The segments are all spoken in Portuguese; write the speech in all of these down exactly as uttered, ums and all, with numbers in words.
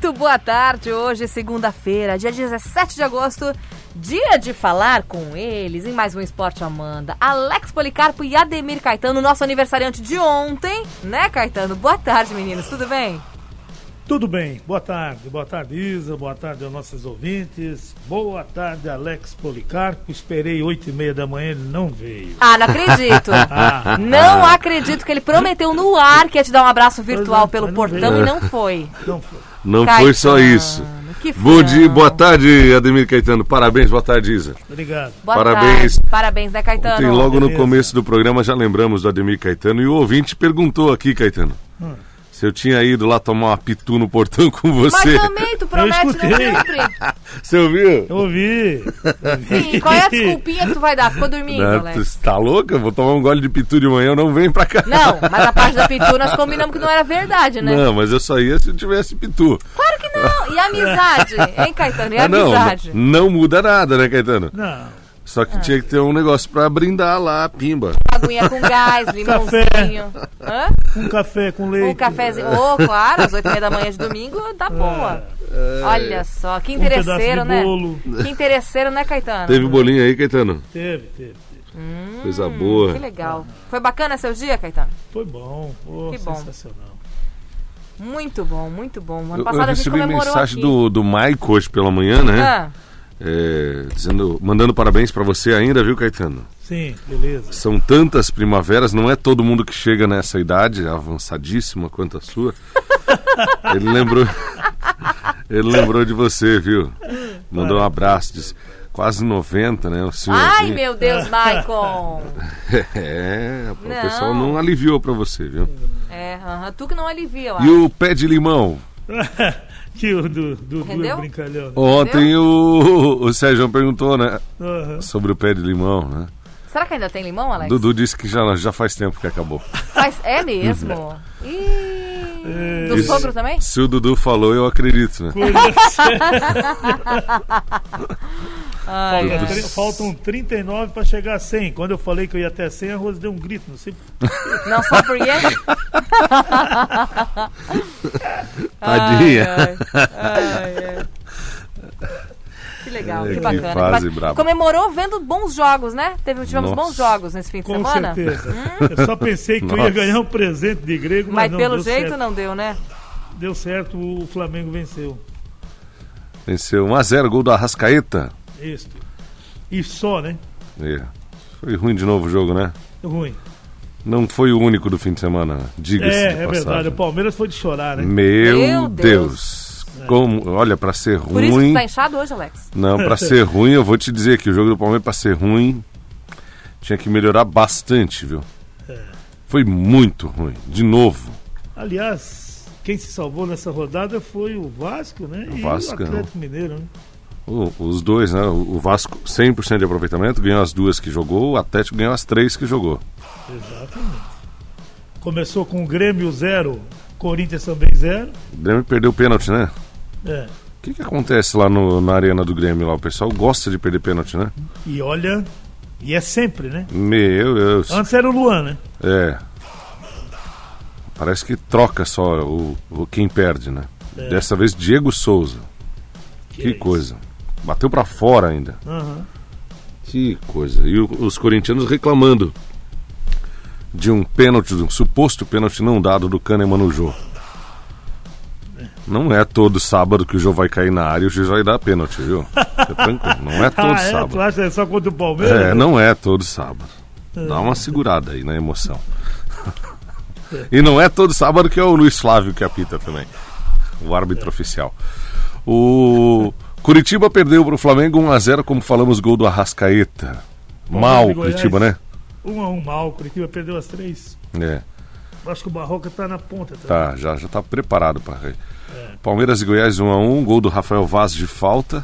Muito boa tarde, hoje segunda-feira, dia dezessete de agosto, dia de falar com eles em mais um Esporte Amanda. Alex Policarpo e Ademir Caetano, nosso aniversariante de ontem, né, Caetano? Boa tarde, meninos, tudo bem? Tudo bem, boa tarde, boa tarde Isa, boa tarde aos nossos ouvintes, boa tarde Alex Policarpo, esperei oito e meia da manhã, ele não veio. Ah, não acredito, ah, não ah. acredito que ele prometeu no ar que ia te dar um abraço virtual é, pelo portão veio. E não foi. Não foi. Não Caetano, foi só isso. Bom dia, boa tarde Ademir Caetano, parabéns, boa tarde Isa. Obrigado. Boa parabéns. Tarde. Parabéns, né Caetano? Ontem, logo no começo do programa já lembramos do Ademir Caetano e o ouvinte perguntou aqui, Caetano. Hum. Se eu tinha ido lá tomar uma pitu no portão com você. Mas também, tu promete não cumprir. Você ouviu? Eu ouvi. Sim, qual é a desculpinha que tu vai dar? Ficou dormindo, não, Alex? Tu tá louca? Vou tomar um gole de pitu de manhã, eu não venho pra cá. Não, mas a parte da pitu nós combinamos que não era verdade, né? Não, mas eu só ia se eu tivesse pitu. Claro que não. E a amizade, hein, Caetano? E a ah, não, amizade? Não, não muda nada, né, Caetano? Não. Só que ah. tinha que ter um negócio pra brindar lá, pimba. Aguinha com gás, limãozinho. Hã? Um café com leite. Um cafezinho. Oh, claro, às oito e meia da manhã de domingo, dá boa. É. Olha só, que interesseiro, um né? Bolo. Que interesseiro, né, Caetano? Teve bolinho aí, Caetano? Teve, teve. teve. Hum, Coisa boa. Que legal. Foi bacana seu dia, Caetano? Foi bom. Oh, que sensacional. Bom. Muito bom, muito bom. Ano eu, passado eu a gente recebi mensagem aqui. do, do Maico hoje pela manhã, né? Ah. É, dizendo, mandando parabéns pra você ainda, viu, Caetano? Sim, beleza. São tantas primaveras, não é todo mundo que chega nessa idade, avançadíssima quanto a sua. Ele lembrou Ele lembrou de você, viu? Mandou um abraço, disse, quase noventa, né? O senhor, ai, assim. Meu Deus, Maicon! É, o não. pessoal não aliviou pra você, viu? É, uh-huh. Tu que não alivia, eu E acho. O pé de limão? Que o do, do, do é brincalhão. Né? Ontem o, o Sérgio perguntou, né? Uhum. Sobre o pé de limão, né? Será que ainda tem limão, Alex? Dudu disse que já, já faz tempo que acabou. Mas é mesmo? Ih, é. Do Isso, sogro também? Se o Dudu falou, eu acredito, né? Ai, Falta, ai. Faltam trinta e nove para chegar a cem. Quando eu falei que eu ia até cem, a Rose deu um grito. Não sei. Não sabe por quê? Tadinha. Ai, ai, ai. Que legal, é, que, que bacana. fase que braba. Comemorou vendo bons jogos, né? Teve, tivemos Nossa. bons jogos nesse fim de Com semana. Com certeza. Hum? Eu só pensei que Nossa. eu ia ganhar um presente de grego, mas, mas não, pelo deu jeito certo. não deu, né? Deu certo, o Flamengo venceu. Venceu um a zero, gol do Arrascaeta. Isso. E só, né? É. Foi ruim de novo o jogo, né? Ruim. Não foi o único do fim de semana, diga-se É, de é passagem. verdade. O Palmeiras foi de chorar, né? Meu, Meu Deus. Deus. Como, olha, pra ser ruim... Por isso que tu tá inchado hoje, Alex? Não, pra ser ruim, eu vou te dizer que o jogo do Palmeiras, pra ser ruim, tinha que melhorar bastante, viu? É. Foi muito ruim, de novo. Aliás, quem se salvou nessa rodada foi o Vasco, né? O e Vasco, o Atlético Mineiro, né? O, os dois, né? O Vasco cem por cento de aproveitamento, ganhou as duas que jogou, o Atlético ganhou as três que jogou. Exatamente. Começou com o Grêmio zero, Corinthians também zero. O Grêmio perdeu o pênalti, né? É. O que que acontece lá no, na arena do Grêmio lá? O pessoal gosta de perder pênalti, né? E olha, e é sempre, né? Meu Deus. Antes era o Luan, né? É. Parece que troca só o, o quem perde, né? É. Dessa vez Diego Souza. Que, que coisa. Bateu pra fora ainda. Uhum. Que coisa. E o, os corintianos reclamando de um pênalti, de um suposto pênalti não dado do Kahneman no Jô. Não é todo sábado que o Jô vai cair na área e o juiz vai dar pênalti, viu? Fica tranquilo. Não é todo ah, é? sábado. Tu acha que é só contra o Palmeiras? É, não é todo sábado. Dá uma segurada aí na emoção. E não é todo sábado que é o Luiz Flávio que apita também. O árbitro é. oficial. O Curitiba perdeu para o Flamengo um a zero, como falamos, gol do Arrascaeta. Mal o Curitiba, né? um a um mal, o Curitiba perdeu as três. É. Acho que o Barroca tá na ponta. Tá, tá já, já tá preparado para rir. É. Palmeiras e Goiás um a um, gol do Rafael Vaz de falta.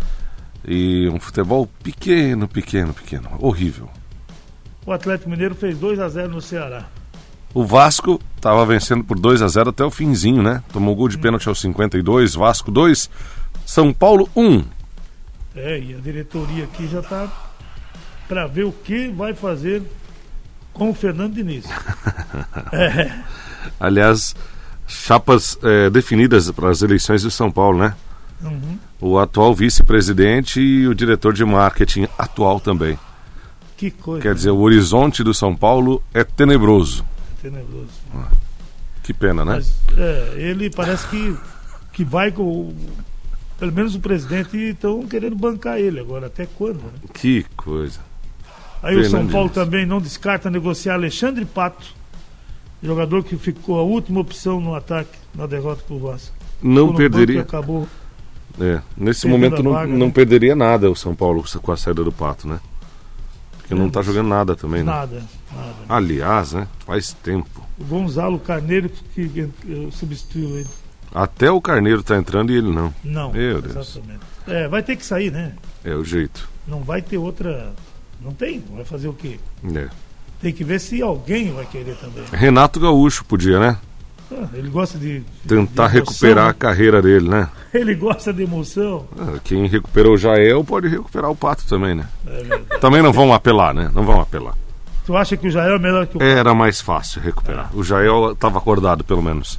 E um futebol pequeno, pequeno, pequeno. Horrível. O Atlético Mineiro fez dois a zero no Ceará. O Vasco estava vencendo por dois a zero até o finzinho, né? Tomou gol de pênalti aos cinquenta e dois, Vasco dois, São Paulo um. É, e a diretoria aqui já está para ver o que vai fazer com o Fernando Diniz. É. Aliás, chapas é, definidas para as eleições de São Paulo, né? Uhum. O atual vice-presidente e o diretor de marketing atual também. Que coisa. Quer dizer, o horizonte do São Paulo é tenebroso. Tenebroso. Ah, que pena, né? Mas, é, ele parece que, que vai com... Pelo menos o presidente estão querendo bancar ele agora. Até quando, né? Que coisa. Aí o São Fernandes. Paulo também não descarta negociar Alexandre Pato, jogador que ficou a última opção no ataque, na derrota pro Vasco. Não Ficou no perderia. banco e acabou. É, nesse Perdendo momento a não, vaga, não né? perderia nada o São Paulo com a saída do Pato, né? Porque não tá jogando nada também, né? Nada, nada. Aliás, né? Faz tempo. O Gonzalo Carneiro que, que, que substituiu ele. Até o Carneiro tá entrando e ele não. Não, Meu Deus. exatamente. É, vai ter que sair, né? É o jeito. Não vai ter outra. Não tem, vai fazer o quê? É. Tem que ver se alguém vai querer também. Renato Gaúcho podia, né? Ah, ele gosta de. Tentar de emoção, recuperar a né? carreira dele, né? Ele gosta de emoção. Ah, quem recuperou o Jael pode recuperar o Pato também, né? É verdade. Também não vão apelar, né? Não vão apelar. Tu acha que o Jael é melhor que o. Era mais fácil recuperar. O Jael estava acordado, pelo menos.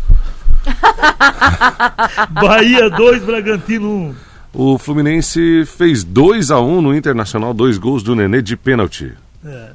Bahia dois, Bragantino um. O Fluminense fez dois a um no Internacional, dois gols do Nenê de pênalti. É.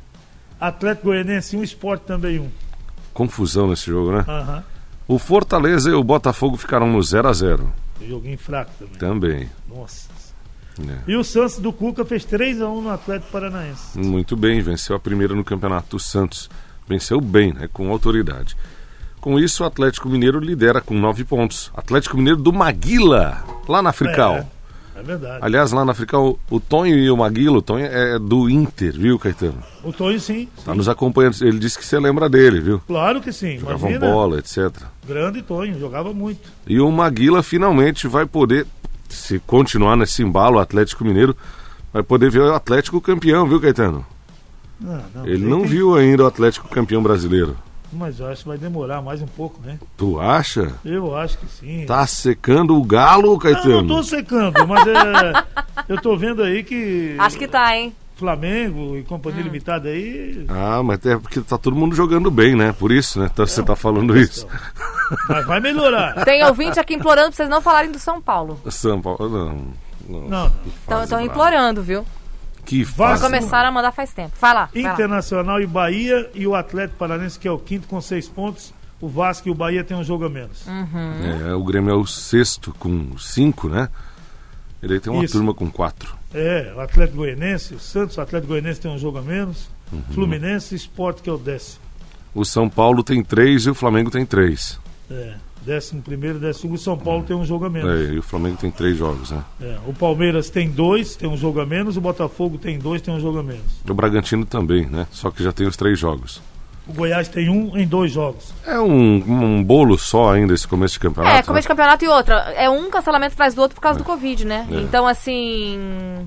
Atlético Goianiense um, Sport também um. Confusão nesse jogo, né? Aham. O Fortaleza e o Botafogo ficaram no zero a zero. Joguinho fraco também. Também. Nossa. É. E o Santos do Cuca fez três a um no Atlético Paranaense. Muito bem, venceu a primeira no Campeonato do Santos. Venceu bem, né? Com autoridade. Com isso, o Atlético Mineiro lidera com nove pontos. Atlético Mineiro do Maguila, lá na Frical. É, é verdade. Aliás, lá na Frical, o Tonho e o Maguila, o Tonho é do Inter, viu, Caetano? O Tonho sim. Tá sim. nos acompanhando. Ele disse que você lembra dele, viu? Claro que sim. Jogavam Imagina. bola, etcétera. Grande Tonho, jogava muito. E o Maguila finalmente vai poder, se continuar nesse embalo, o Atlético Mineiro vai poder ver o Atlético campeão, viu, Caetano? Não, não, Ele tem não que- viu ainda o Atlético campeão brasileiro. Mas eu acho que vai demorar mais um pouco, né? Tu acha? Eu acho que sim. Tá secando o galo, Não, Caetano? não tô secando, mas é, eu tô vendo aí que Acho que tá, hein? Flamengo e Companhia Hum. Limitada aí. Ah, mas é porque tá todo mundo jogando bem, né? Por isso, né? Então você tá falando isso. Mas vai melhorar. Tem ouvinte aqui implorando pra vocês não falarem do São Paulo. São Paulo, não. não. Não, Então Fase estão brava. implorando, viu? Que Vai fase. Já começaram a mandar faz tempo. Vai lá. Vai lá. Internacional e Bahia e o Atlético Paranaense, que é o quinto com seis pontos. O Vasco e o Bahia tem um jogo a menos. Hum. É, o Grêmio é o sexto com cinco, né? Ele tem uma Isso. turma com quatro. É, o Atlético Goianiense, o Santos, o Atlético Goianiense tem um jogo a menos. Uhum. Fluminense e Sport, que é o décimo. O São Paulo tem três e o Flamengo tem três. É, décimo primeiro, décimo segundo. O São Paulo tem um jogo a menos. É, e o Flamengo tem três jogos, né? É, o Palmeiras tem dois, tem um jogo a menos. O Botafogo tem dois, tem um jogo a menos. O Bragantino também, né? Só que já tem os três jogos. O Goiás tem um em dois jogos. É um, um bolo só ainda esse começo de campeonato. É, começo de campeonato e outra. É um cancelamento atrás do outro por causa do Covid, né? É. Então, assim,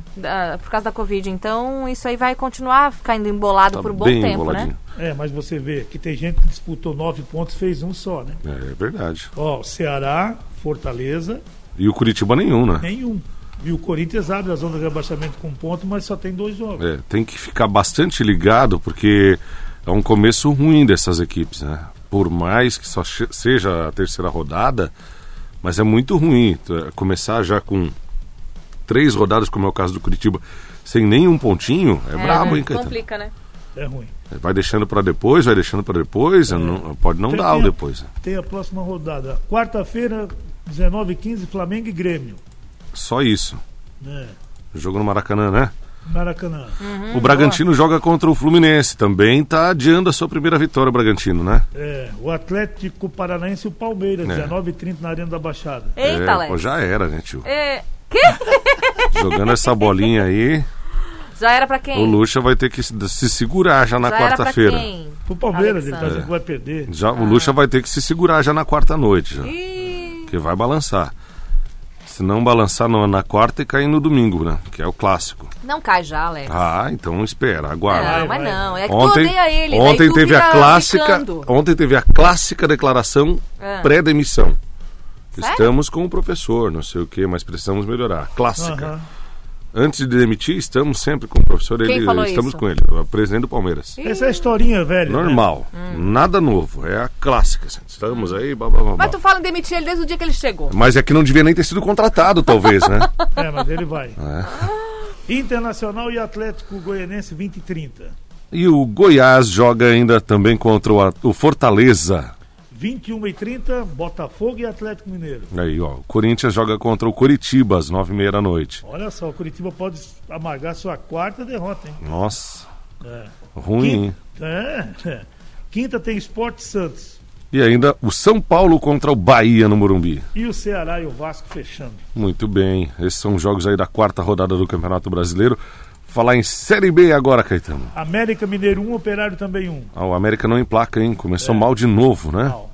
da- por causa da Covid. Então, isso aí vai continuar ficando embolado Tá por um bom bem tempo, emboladinho. né? É, mas você vê que tem gente que disputou nove pontos e fez um só, né? É, é verdade. Ó, Ceará, Fortaleza, E o Curitiba nenhum, né? nenhum. E o Corinthians abre a zona de rebaixamento com um ponto, mas só tem dois jogos. É, tem que ficar bastante ligado, porque é um começo ruim dessas equipes, né? Por mais que só che- seja a terceira rodada, mas é muito ruim é, começar já com três rodadas, como é o caso do Curitiba, sem nenhum pontinho, é, brabo, hein, Caetano? Complica, né? É ruim. Vai deixando pra depois, vai deixando pra depois, não- pode não Tem- dar o tem- depois. Tem a próxima rodada. Quarta-feira, dezenove e quinze, Flamengo e Grêmio. Só isso. Né? Jogo no Maracanã, né? Maracanã. o Bragantino joga contra o Fluminense, também tá adiando a sua primeira vitória, o Bragantino, né? É, o Atlético Paranaense e o Palmeiras, É. dezenove e trinta na Arena da Baixada. Eita, é, Alex. pô, já era, né, tio? É, que? Jogando essa bolinha aí, Já era pra quem? o Lucha vai ter que se, se segurar já na Já era pra quarta-feira. quem? O Palmeiras, ele tá Alexandre. dizendo que vai perder. Já, O Lucha vai ter que se segurar já na quarta-noite, já, Ih, que vai balançar. Se não balançar no- na quarta e cair no domingo, né? Que é o clássico. não cai já, Alex. Ah, então espera, aguarda. não, vai, mas vai. não. É que Ontem, tu odeia ele. ontem daí tu teve a fica clássica, ficando. ontem teve a clássica declaração Ah. pré-demissão. Sério? Estamos com o professor, não sei o que, mas precisamos melhorar. Clássica. Aham. Antes de demitir, estamos sempre com o professor. Quem ele, falou estamos isso? com ele, o presidente do Palmeiras. Essa é a historinha velha. Normal, Hum. nada novo, é a clássica. Assim. Estamos aí, blá, blá, blá, blá. Mas tu fala em demitir ele desde o dia que ele chegou. Mas é que não devia nem ter sido contratado, talvez, né? Né? É, mas ele vai. É. Internacional e Atlético Goianense vinte e trinta. E o Goiás joga ainda também contra o, o Fortaleza. vinte e uma e trinta, Botafogo e Atlético Mineiro. Aí, ó, o Corinthians joga contra o Coritiba às nove e meia da noite. Olha só, o Curitiba pode amargar sua quarta derrota, hein? Nossa, É. ruim, hein? É, é. Quinta tem Sport Santos. E ainda o São Paulo contra o Bahia no Morumbi. E o Ceará e o Vasco fechando. Muito bem, esses são os jogos aí da quarta rodada do Campeonato Brasileiro. Falar em Série B agora, Caetano. América Mineiro um, Operário também um. Ah, o América não emplaca, hein? Começou É. mal de novo, né? Mal.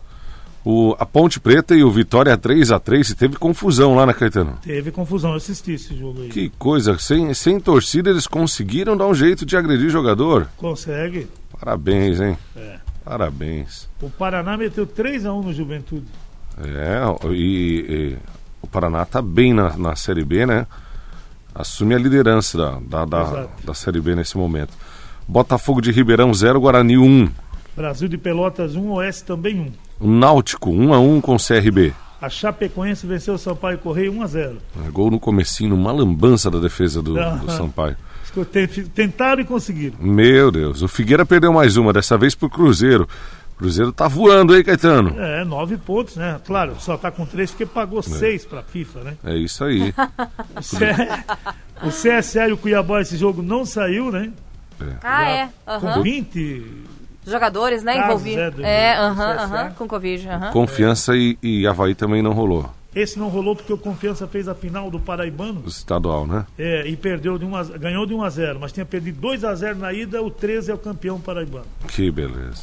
O, a Ponte Preta e o Vitória três a três, e teve confusão lá, né, Caetano? Teve confusão, eu assisti esse jogo aí. Que coisa, sem, sem torcida eles conseguiram dar um jeito de agredir jogador. Consegue. Parabéns, hein? É. Parabéns. O Paraná meteu três a um no Juventude. É, e, e o Paraná tá bem na, na Série B, né? Assume a liderança da, da, da, Exato. da Série B nesse momento. Botafogo de Ribeirão zero, Guarani um. Brasil de Pelotas um, Oeste também um. O Náutico um a um com o C R B. A Chapecoense venceu o Sampaio Correia um a zero. Gol no comecinho, uma lambança da defesa do, Ah. do Sampaio. Tentaram e conseguiram. Meu Deus, o Figueira perdeu mais uma, dessa vez pro Cruzeiro. O Cruzeiro tá voando, hein, Caetano? É, nove pontos, né? Claro, só tá com três porque pagou seis pra FIFA, né? É isso aí. O, C... o C S A e o Cuiabá, esse jogo não saiu, né? Ah, é. Com Aham. vinte. Jogadores, né, Casos, envolvidos. é, do- É, do aham, C S A. aham, com Covid. aham. Confiança e, e Avaí também não rolou. Esse não rolou porque o Confiança fez a final do Paraibano. O estadual, né? É, e perdeu de um a... ganhou de um a zero, mas tinha perdido dois a zero na ida, o treze é o campeão paraibano. Que beleza.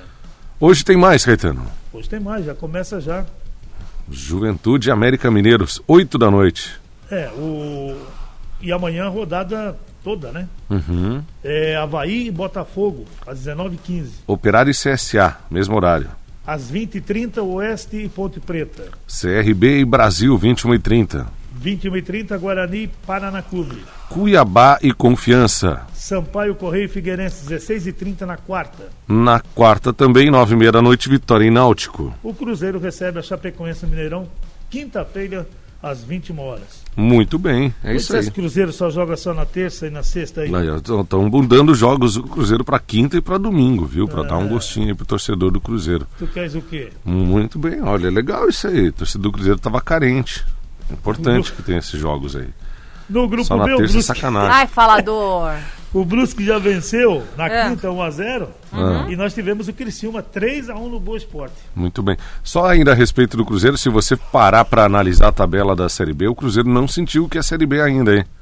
Hoje tem mais, Caetano. Hoje tem mais, já começa já. Juventude e América Mineiros, oito da noite. É, o... e amanhã a rodada toda, né? Uhum. É, Avaí e Botafogo, às dezenove e quinze. Operário e C S A, mesmo horário. Às vinte e trinta, Oeste e Ponte Preta. C R B e Brasil, vinte e uma e trinta. vinte e uma e trinta, Guarani e Paraná Clube. Cuiabá e Confiança. Sampaio Correia e Figueirense, dezesseis e trinta na quarta. Na quarta também, nove e meia da noite, Vitória e Náutico. O Cruzeiro recebe a Chapecoense no Mineirão, quinta-feira, às vinte e uma horas. Muito bem, é isso aí. Esse Cruzeiro só joga só na terça e na sexta aí. Estão mudando jogos do Cruzeiro para quinta e para domingo, viu? Para É. dar um gostinho aí pro torcedor do Cruzeiro. Tu queres o quê? Muito bem, olha, legal isso aí. O torcedor do Cruzeiro tava carente. Importante que tenha esses jogos aí. No grupo Só na B, o terça é Brusque, sacanagem. Ai, falador. o Brusque já venceu na É. quinta um a zero. Uhum. E nós tivemos o Criciúma três a um no Boa Esporte. Muito bem. Só ainda a respeito do Cruzeiro, se você parar para analisar a tabela da Série B, o Cruzeiro não sentiu o que é a Série B ainda, hein?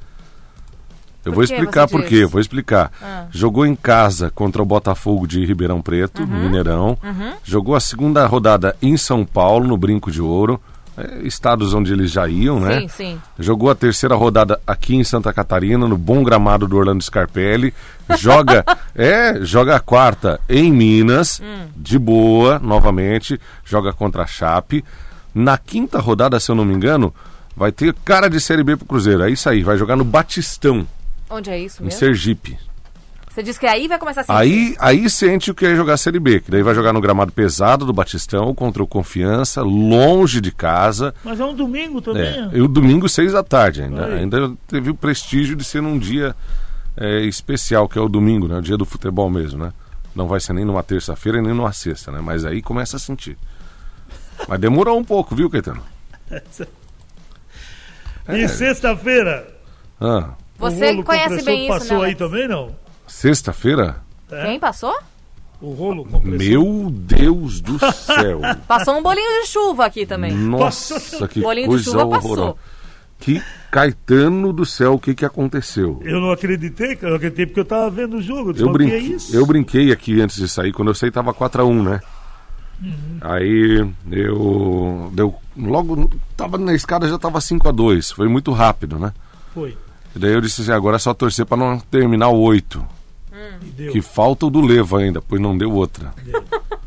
Eu Por vou que explicar você por diz? quê, vou explicar. Ah. Jogou em casa contra o Botafogo de Ribeirão Preto, no Mineirão. Jogou a segunda rodada em São Paulo, no Brinco de Ouro. É, estados onde eles já iam, né? Sim, sim. Jogou a terceira rodada aqui em Santa Catarina, no bom gramado do Orlando Scarpelli. Joga, é, joga a quarta em Minas, de boa, novamente. Joga contra a Chape. Na quinta rodada, se eu não me engano, vai ter cara de Série B pro Cruzeiro. É isso aí, vai jogar no Batistão, Onde é isso em mesmo? Sergipe. Você disse que aí vai começar a sentir. Aí, aí sente o que é jogar Série B, que daí vai jogar no gramado pesado do Batistão, contra o Confiança, longe de casa. Mas é um domingo também. É, né? e o domingo, seis da tarde, ainda, Aí. ainda teve o prestígio de ser num dia é, especial, que é o domingo, né? O dia do futebol mesmo, né? Não vai ser nem numa terça-feira nem numa sexta, né? Mas aí começa a sentir. Mas demorou um pouco, viu, Caetano? E sexta-feira, Ah, Você o rolo conhece compressor bem isso, passou né, aí Alex? também, não? sexta-feira? É. Quem passou? O rolo compressor. Meu Deus do céu! Passou um bolinho de chuva aqui também. Nossa, que Bolinho de coisa chuva horrorosa. passou. Que Caetano do céu, o que que aconteceu? Eu não acreditei, cara. Eu acreditei porque eu tava vendo o jogo. Eu, disse, Eu, "Mas o que brinquei, é isso?" eu brinquei aqui antes de sair, quando eu saí tava quatro a um, né? Aí eu deu logo tava na escada, já tava cinco a dois, foi muito rápido, né? Foi. E daí eu disse assim, agora é só torcer pra não terminar o oito, E deu. que falta o do Levo ainda, pois não deu outra. Deu.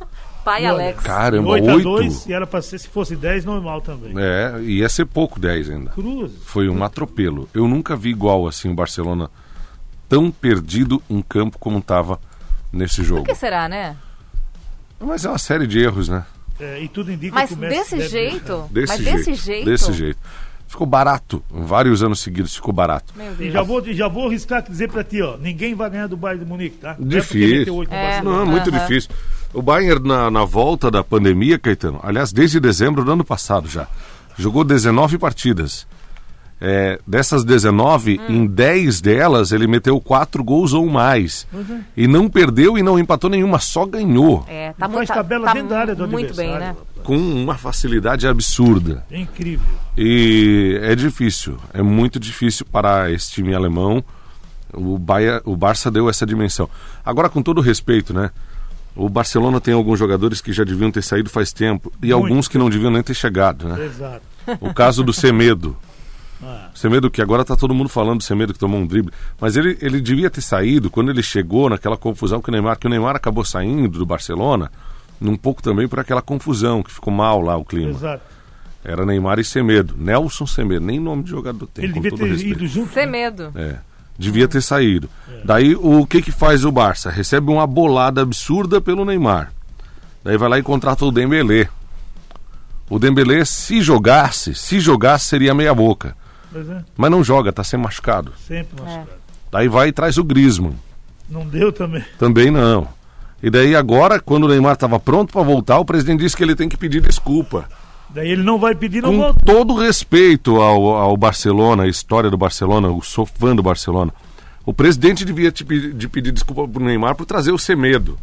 Pai E olha, Alex. Caramba, oito a oito? dois, e era pra ser, se fosse dez, normal também. É, ia ser pouco dez ainda. Cruz. Foi um atropelo. Eu nunca vi igual assim o Barcelona tão perdido em campo como estava nesse jogo. Por que será, né? Mas é uma série de erros, né? É, e tudo indica Mas que o Messi desse deve jeito? Desse Mas jeito, desse jeito? Desse jeito. Ficou barato. Vários anos seguidos ficou barato. Meu E Deus. já vou, já vou arriscar dizer pra ti, ó, ninguém vai ganhar do Bayern de Munique, tá? Não é porque Difícil. meteu oito no É. Barcelona. Não, é muito Aham. difícil. O Bayern, na, na volta da pandemia, Caetano, aliás, desde dezembro do ano passado já, jogou dezenove partidas. É, dessas dezenove, Hum. em dez delas, ele meteu quatro gols ou mais. Uhum. E não perdeu e não empatou nenhuma, só ganhou. É, tá E muito, faz tabela tá dentro da área do muito bem, né? adversário. Com uma facilidade absurda. É incrível. E é difícil, é muito difícil para esse time alemão. O, Baia, o Barça deu essa dimensão. Agora, com todo respeito, né? O Barcelona tem alguns jogadores que já deviam ter saído faz tempo e Muito. alguns que não deviam nem ter chegado, né? Exato. O caso do Semedo. Ah, Semedo, que agora está todo mundo falando do Semedo que tomou um drible, mas ele, ele devia ter saído quando ele chegou naquela confusão com o Neymar, que o Neymar acabou saindo do Barcelona, um pouco também por aquela confusão, que ficou mal lá o clima. exato. Era Neymar e Semedo. Nelson Semedo, nem nome de jogador tem. Ele com devia todo ter respeito. ido junto. Sem né? medo. É, devia ter saído. Daí o que que faz o Barça? Recebe uma bolada absurda pelo Neymar. Daí vai lá e contrata o Dembélé. O Dembélé, se jogasse, se jogasse seria meia boca. Pois é, Mas não joga, tá sem machucado. sempre machucado. Daí vai e traz o Griezmann. Não deu também. Também não. E daí agora, quando o Neymar estava pronto para voltar, o presidente disse que ele tem que pedir desculpa. Daí ele não vai pedir, não Com volta. todo respeito ao, ao Barcelona, a história do Barcelona, eu sou fã do Barcelona. O presidente devia te pedir, de pedir desculpa pro Neymar por trazer o Semedo.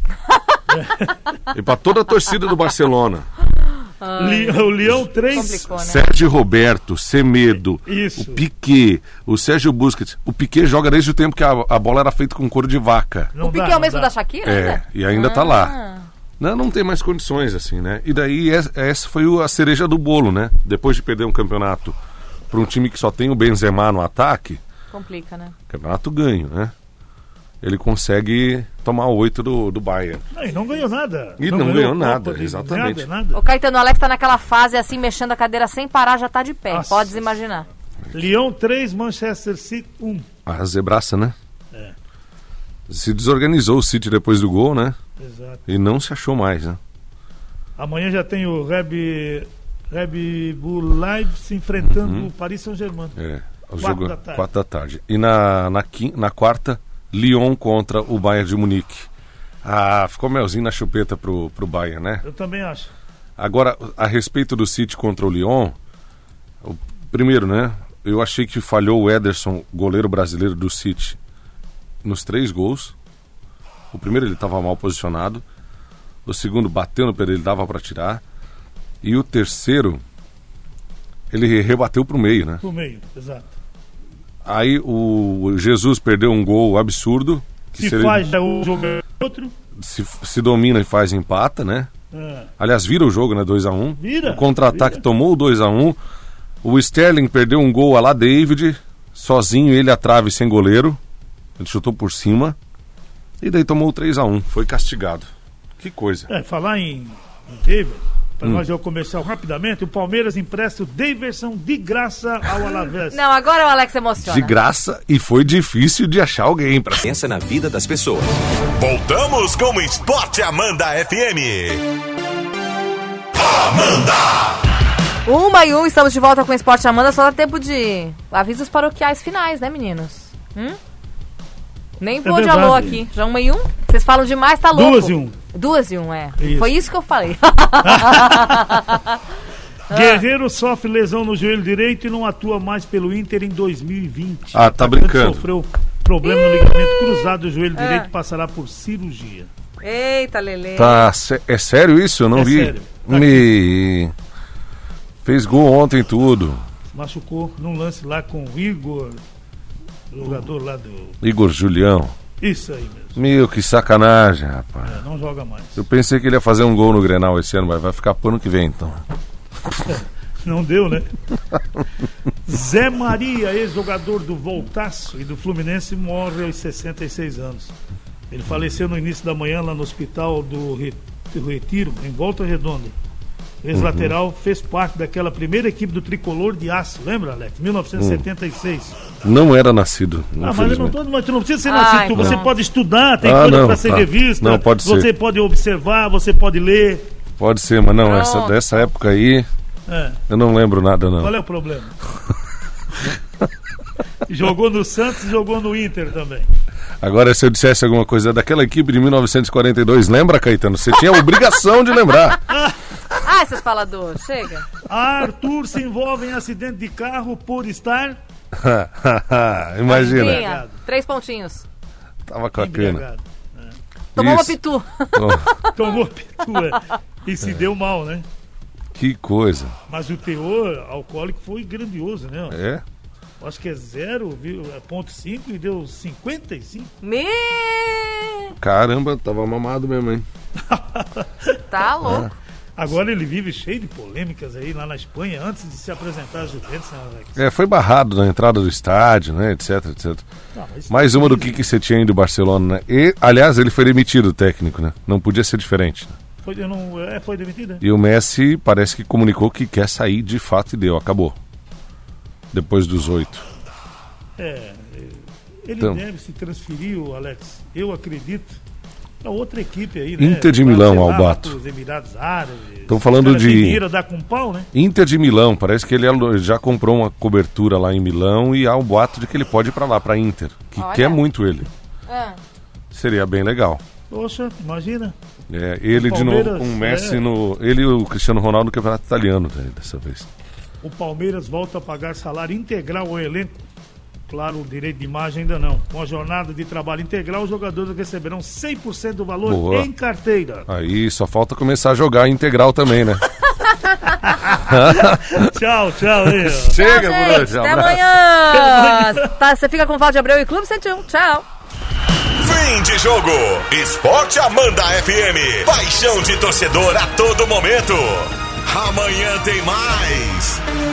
E para toda a torcida do Barcelona. Li- o Leão três. Complicou, né? Sérgio Roberto, Semedo, Isso. o Piquet, o Sérgio Busquets. O Piquet joga desde o tempo que a, a bola era feita com couro de vaca. Não O Piqué dá, é o não mesmo dá. da Shakira É, ainda? e ainda tá lá. Não, não tem mais condições assim, né? E daí es- essa foi o- a cereja do bolo, né? Depois de perder um campeonato para um time que só tem o Benzema no ataque, Complica, né? campeonato ganho, né? Ele consegue tomar oito do, do Bayern. Não, e não ganhou nada. E não ganhou Copa nada, de- exatamente. Nada, nada. O Caetano, o Alex tá naquela fase assim, mexendo a cadeira sem parar, já tá de pé. Nossa. Pode imaginar. Leão três, Manchester City um. A zebraça, né? É. Se desorganizou o City depois do gol, né? Exato. E não se achou mais, né? Amanhã já tem o Red, Red Bull Live se enfrentando Uhum. o Paris Saint-Germain. É, o Quatro jogo da tarde. quatro da tarde. E na, na, quin- na quarta, Lyon contra o Bayern de Munique. Ah, ficou melzinho na chupeta pro, pro Bayern, né? Eu também acho. Agora, a respeito do City contra o Lyon, o, primeiro, né? Eu achei que falhou o Ederson, goleiro brasileiro do City, nos três gols. O primeiro ele estava mal posicionado. O segundo bateu no pé dele, dava para tirar. E o terceiro, ele rebateu pro meio, né? Pro meio, exato. Aí o Jesus perdeu um gol absurdo. que Se ele- faz já o jogo é outro. se, se domina e faz empata, né? É. Aliás, vira o jogo, né? dois a um. Vira, O contra-ataque vira. tomou o dois a um. O Sterling perdeu um gol a lá David, sozinho, ele à trave sem goleiro. Ele chutou por cima. E daí tomou o três a um. Foi castigado. Que coisa. É, falar em, em David, para Hum. nós já começar rapidamente, o Palmeiras empresta o Daverson de graça ao Alavés. Não, agora o Alex emociona. De graça, e foi difícil de achar alguém pra. Pensa na vida das pessoas. Voltamos com o Esporte Amanda F M. Uma e um, estamos de volta com o Esporte Amanda. Só dá tempo de avisos paroquiais finais, né, meninos? Hum? Nem vou de verdade. alô aqui. Já uma e um? Vocês falam demais, tá louco. Duas e um. Duas e um, é. Isso. Foi isso que eu falei. Guerreiro sofre lesão no joelho direito e não atua mais pelo Inter em dois mil e vinte. Ah, tá O atacante brincando. Sofreu problema no ligamento cruzado do joelho É. direito e passará por cirurgia. Eita, Lelê. Tá, sé- é sério isso? Eu não É vi. sério. Tá Me... Fez gol ontem tudo. Machucou num lance lá com o Igor, jogador lá do... Igor Julião. Isso aí mesmo. Meu, que sacanagem, rapaz. É, não joga mais. Eu pensei que ele ia fazer um gol no Grenal esse ano, mas vai ficar pro ano que vem, então. Não deu, né? Zé Maria, ex-jogador do Voltaço e do Fluminense, morre aos sessenta e seis anos. Ele faleceu no início da manhã lá no hospital do Re- Retiro, em Volta Redonda. Ex-lateral, uhum. fez parte daquela primeira equipe do Tricolor de Aço, lembra, Alex? mil novecentos e setenta e seis. Hum. Não era nascido. Ah, mas eu não, tô, mas tu não precisa ser nascido. Ai, tu, você não. pode estudar, tem ah, coisa para ser tá. revista. Não, pode você ser. pode observar, você pode ler. Pode ser, mas não, não. essa, dessa época aí, É. eu não lembro nada, não. Qual é o problema? Jogou no Santos e jogou no Inter também. Agora, se eu dissesse alguma coisa daquela equipe de mil novecentos e quarenta e dois, lembra, Caetano? Você tinha a obrigação de lembrar. Ah, esses faladores, chega. Arthur se envolve em acidente de carro por estar... Imagina. Adivinha, três pontinhos. Tava com a cana. embriagado. Tomou uma Isso. pitu. Oh, Tomou pitua e se deu mal, né? que coisa. Mas o teor alcoólico foi grandioso, né? É? Acho que é zero vírgula cinco e deu cinquenta e cinco. Me... Caramba, tava mamado mesmo, hein? Tá louco. Agora ele vive cheio de polêmicas aí lá na Espanha, antes de se apresentar às Juventus, né, Alex? É, foi barrado na entrada do estádio, né, etc, etc. Não, mas Mais uma do que, que você tinha aí do Barcelona, né? E, aliás, ele foi demitido, o técnico, né? Não podia ser diferente. Né? Foi, eu não, é, foi demitido? E o Messi parece que comunicou que quer sair de fato e deu, acabou. Depois dos oito. É, ele Então. deve se transferir, o Alex, eu acredito, para outra equipe aí, né? Inter de Pra, Milão, sei lá, Albato. lá pros Emirados Árabes. Estão falando Os caras de- têm dinheiro a dar com pau, né? Inter de Milão, parece que ele alu- já comprou uma cobertura lá em Milão e há um boato de que ele pode ir pra lá, pra Inter, que Olha. quer muito ele. Ah, Seria bem legal. Poxa, imagina. É, ele O de novo Palmeiras, com o Messi é. no. Ele e o Cristiano Ronaldo no campeonato italiano, né, dessa vez. O Palmeiras volta a pagar salário integral ao elenco. Claro, o direito de imagem ainda não. Com a jornada de trabalho integral, os jogadores receberão cem por cento do valor Boa. em carteira. Aí só falta começar a jogar integral também, né? Tchau, tchau. Aí, ó. Chega, tchau, por gente. hoje. Até abraço. amanhã. Tá, você fica com o Valde Abreu e Clube cento e um. Tchau. Fim de jogo. Esporte Amanda F M. Paixão de torcedor a todo momento. Amanhã tem mais.